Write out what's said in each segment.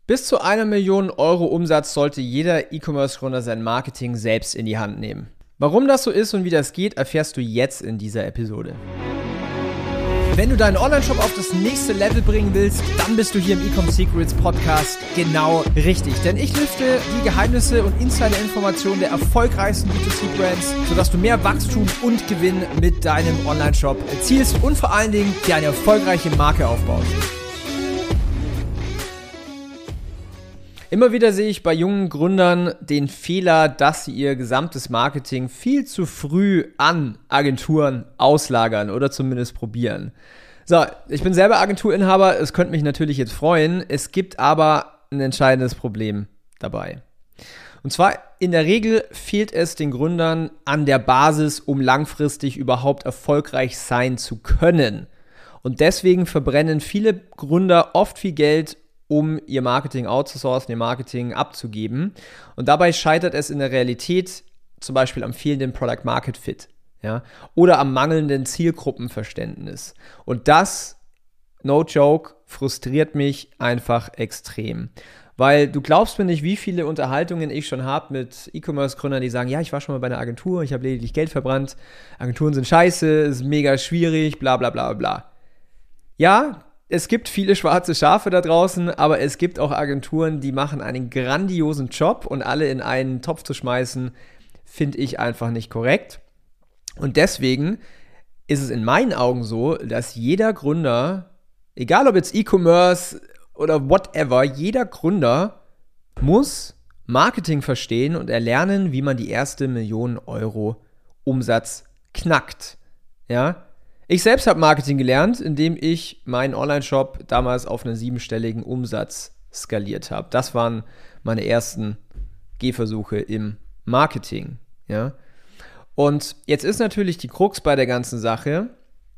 Bis zu 1 Million Euro Umsatz sollte jeder E-Commerce-Gründer sein Marketing selbst in die Hand nehmen. Warum das so ist und wie das geht, erfährst du jetzt in dieser Episode. Wenn du deinen Online-Shop auf das nächste Level bringen willst, dann bist du hier im Ecom Secrets Podcast genau richtig. Denn ich lüfte die Geheimnisse und Insider-Informationen der erfolgreichsten B2C-Brands, sodass du mehr Wachstum und Gewinn mit deinem Online-Shop erzielst und vor allen Dingen dir eine erfolgreiche Marke aufbaust. Immer wieder sehe ich bei jungen Gründern den Fehler, dass sie ihr gesamtes Marketing viel zu früh an Agenturen auslagern oder zumindest probieren. So, ich bin selber Agenturinhaber, es könnte mich natürlich jetzt freuen, es gibt aber ein entscheidendes Problem dabei. Und zwar in der Regel fehlt es den Gründern an der Basis, um langfristig überhaupt erfolgreich sein zu können. Und deswegen verbrennen viele Gründer oft viel Geld, um ihr Marketing outzusourcen, ihr Marketing abzugeben. Und dabei scheitert es in der Realität zum Beispiel am fehlenden Product Market Fit, ja, oder am mangelnden Zielgruppenverständnis. Und das, no joke, frustriert mich einfach extrem. Weil du glaubst mir nicht, wie viele Unterhaltungen ich schon habe mit E-Commerce-Gründern, die sagen, ja, ich war schon mal bei einer Agentur, ich habe lediglich Geld verbrannt, Agenturen sind scheiße, ist mega schwierig, bla bla bla bla. Ja, es gibt viele schwarze Schafe da draußen, aber es gibt auch Agenturen, die machen einen grandiosen Job und alle in einen Topf zu schmeißen, finde ich einfach nicht korrekt. Und deswegen ist es in meinen Augen so, dass jeder Gründer, egal ob jetzt E-Commerce oder whatever, jeder Gründer muss Marketing verstehen und erlernen, wie man die erste 1 Million Euro Umsatz knackt. Ja? Ich selbst habe Marketing gelernt, indem ich meinen Online-Shop damals auf einen 7-stelligen Umsatz skaliert habe. Das waren meine ersten Gehversuche im Marketing. Ja? Und jetzt ist natürlich die Krux bei der ganzen Sache,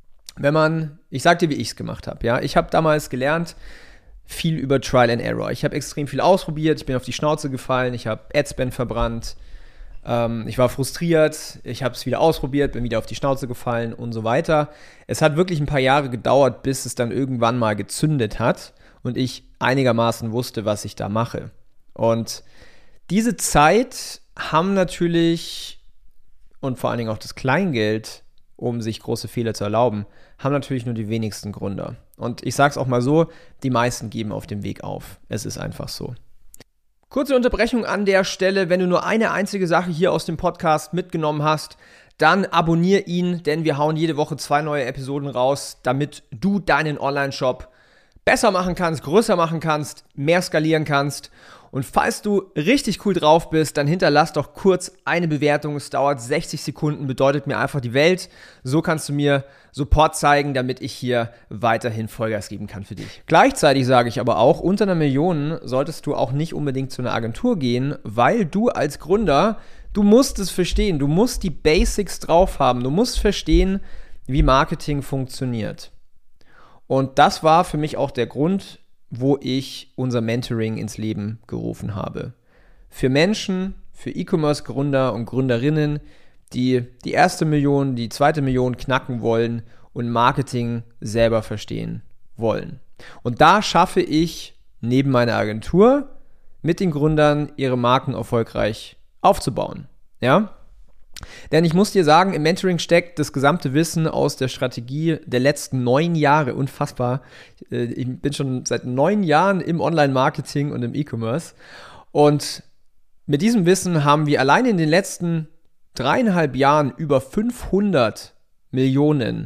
ich sag dir, wie ich es gemacht habe. Ja? Ich habe damals gelernt, viel über Trial and Error. Ich habe extrem viel ausprobiert, ich bin auf die Schnauze gefallen, ich habe Adspend verbrannt, ich war frustriert, ich habe es wieder ausprobiert, bin wieder auf die Schnauze gefallen und so weiter. Es hat wirklich ein paar Jahre gedauert, bis es dann irgendwann mal gezündet hat und ich einigermaßen wusste, was ich da mache. Und diese Zeit haben natürlich, und vor allen Dingen auch das Kleingeld, um sich große Fehler zu erlauben, haben natürlich nur die wenigsten Gründer. Und ich sage es auch mal so, die meisten geben auf dem Weg auf. Es ist einfach so. Kurze Unterbrechung an der Stelle, wenn du nur eine einzige Sache hier aus dem Podcast mitgenommen hast, dann abonniere ihn, denn wir hauen jede Woche 2 neue Episoden raus, damit du deinen Online-Shop besser machen kannst, größer machen kannst, mehr skalieren kannst. Und falls du richtig cool drauf bist, dann hinterlass doch kurz eine Bewertung. Es dauert 60 Sekunden, bedeutet mir einfach die Welt. So kannst du mir Support zeigen, damit ich hier weiterhin Vollgas geben kann für dich. Gleichzeitig sage ich aber auch, unter 1 Million solltest du auch nicht unbedingt zu einer Agentur gehen, weil du als Gründer, du musst es verstehen, du musst die Basics drauf haben, du musst verstehen, wie Marketing funktioniert. Und das war für mich auch der Grund, wo ich unser Mentoring ins Leben gerufen habe. Für Menschen, für E-Commerce-Gründer und Gründerinnen, die die erste Million, die zweite Million knacken wollen und Marketing selber verstehen wollen. Und da schaffe ich neben meiner Agentur mit den Gründern ihre Marken erfolgreich aufzubauen. Ja? Denn ich muss dir sagen, im Mentoring steckt das gesamte Wissen aus der Strategie der letzten 9 Jahre. Unfassbar. Ich bin schon seit 9 Jahren im Online-Marketing und im E-Commerce. Und mit diesem Wissen haben wir allein in den letzten 3,5 Jahren über 500 Millionen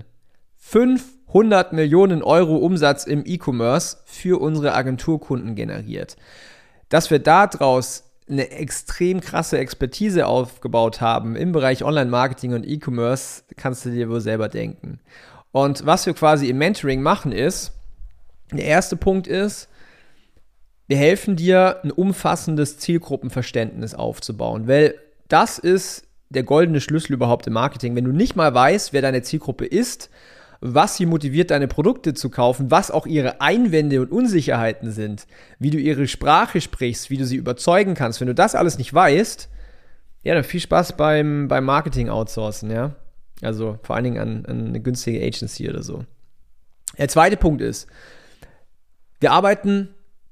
Euro Umsatz im E-Commerce für unsere Agenturkunden generiert. Dass wir daraus eine extrem krasse Expertise aufgebaut haben im Bereich Online-Marketing und E-Commerce, kannst du dir wohl selber denken. Und was wir quasi im Mentoring machen ist, der erste Punkt ist, wir helfen dir, ein umfassendes Zielgruppenverständnis aufzubauen, weil das ist der goldene Schlüssel überhaupt im Marketing. Wenn du nicht mal weißt, wer deine Zielgruppe ist, was sie motiviert, deine Produkte zu kaufen, was auch ihre Einwände und Unsicherheiten sind, wie du ihre Sprache sprichst, wie du sie überzeugen kannst. Wenn du das alles nicht weißt, ja, dann viel Spaß beim Marketing outsourcen, ja. Also vor allen Dingen an eine günstige Agency oder so. Der zweite Punkt ist, wir arbeiten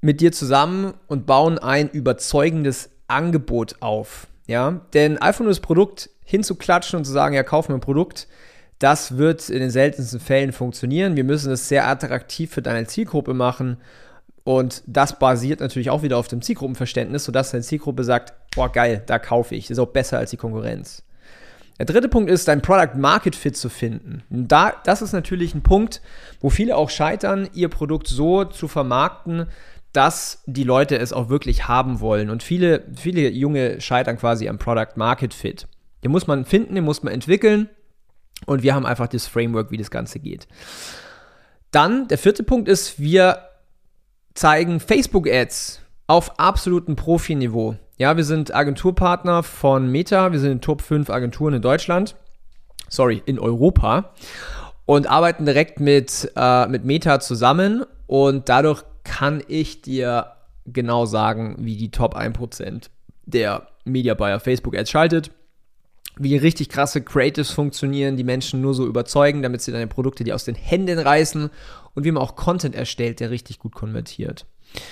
mit dir zusammen und bauen ein überzeugendes Angebot auf. Ja, denn einfach nur das Produkt hinzuklatschen und zu sagen, ja, kauf mir ein Produkt, das wird in den seltensten Fällen funktionieren. Wir müssen es sehr attraktiv für deine Zielgruppe machen und das basiert natürlich auch wieder auf dem Zielgruppenverständnis, sodass deine Zielgruppe sagt, boah, geil, da kaufe ich. Das ist auch besser als die Konkurrenz. Der dritte Punkt ist, dein Product Market Fit zu finden. Das ist natürlich ein Punkt, wo viele auch scheitern, ihr Produkt so zu vermarkten, dass die Leute es auch wirklich haben wollen. Und viele Junge scheitern quasi am Product Market Fit. Den muss man finden, den muss man entwickeln. Und wir haben einfach das Framework, wie das Ganze geht. Dann, der vierte Punkt ist, wir zeigen Facebook-Ads auf absolutem Profiniveau. Ja, wir sind Agenturpartner von Meta. Wir sind in Top 5 Agenturen in Deutschland. In Europa. Und arbeiten direkt mit Meta zusammen. Und dadurch kann ich dir genau sagen, wie die Top 1% der Media Buyer Facebook Ads schaltet, wie richtig krasse Creatives funktionieren, die Menschen nur so überzeugen, damit sie deine Produkte dir aus den Händen reißen und wie man auch Content erstellt, der richtig gut konvertiert.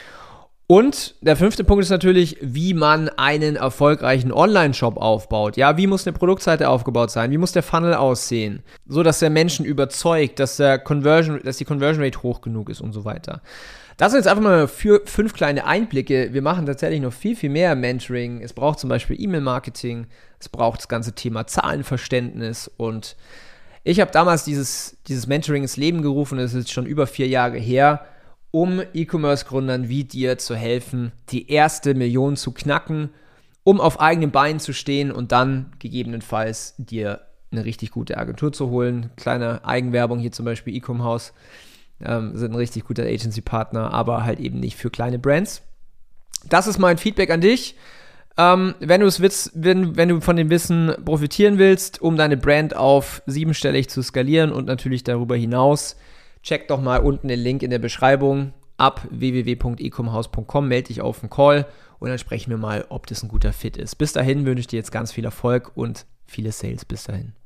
Und der fünfte Punkt ist natürlich, wie man einen erfolgreichen Online-Shop aufbaut. Ja, wie muss eine Produktseite aufgebaut sein? Wie muss der Funnel aussehen? So, dass der Menschen überzeugt, dass die Conversion Rate hoch genug ist und so weiter. Das sind jetzt einfach mal 5 kleine Einblicke. Wir machen tatsächlich noch viel, viel mehr Mentoring. Es braucht zum Beispiel E-Mail-Marketing. Es braucht das ganze Thema Zahlenverständnis. Und ich habe damals dieses Mentoring ins Leben gerufen. Das ist jetzt schon über 4 Jahre her, um E-Commerce-Gründern wie dir zu helfen, die erste Million zu knacken, um auf eigenen Beinen zu stehen und dann gegebenenfalls dir eine richtig gute Agentur zu holen. Kleine Eigenwerbung hier zum Beispiel Ecom-Haus. Sind ein richtig guter Agency-Partner, aber halt eben nicht für kleine Brands. Das ist mein Feedback an dich. Wenn du von dem Wissen profitieren willst, um deine Brand auf 7-stellig zu skalieren und natürlich darüber hinaus, check doch mal unten den Link in der Beschreibung ab www.ecomhaus.com, melde dich auf einen Call und dann sprechen wir mal, ob das ein guter Fit ist. Bis dahin wünsche ich dir jetzt ganz viel Erfolg und viele Sales. Bis dahin.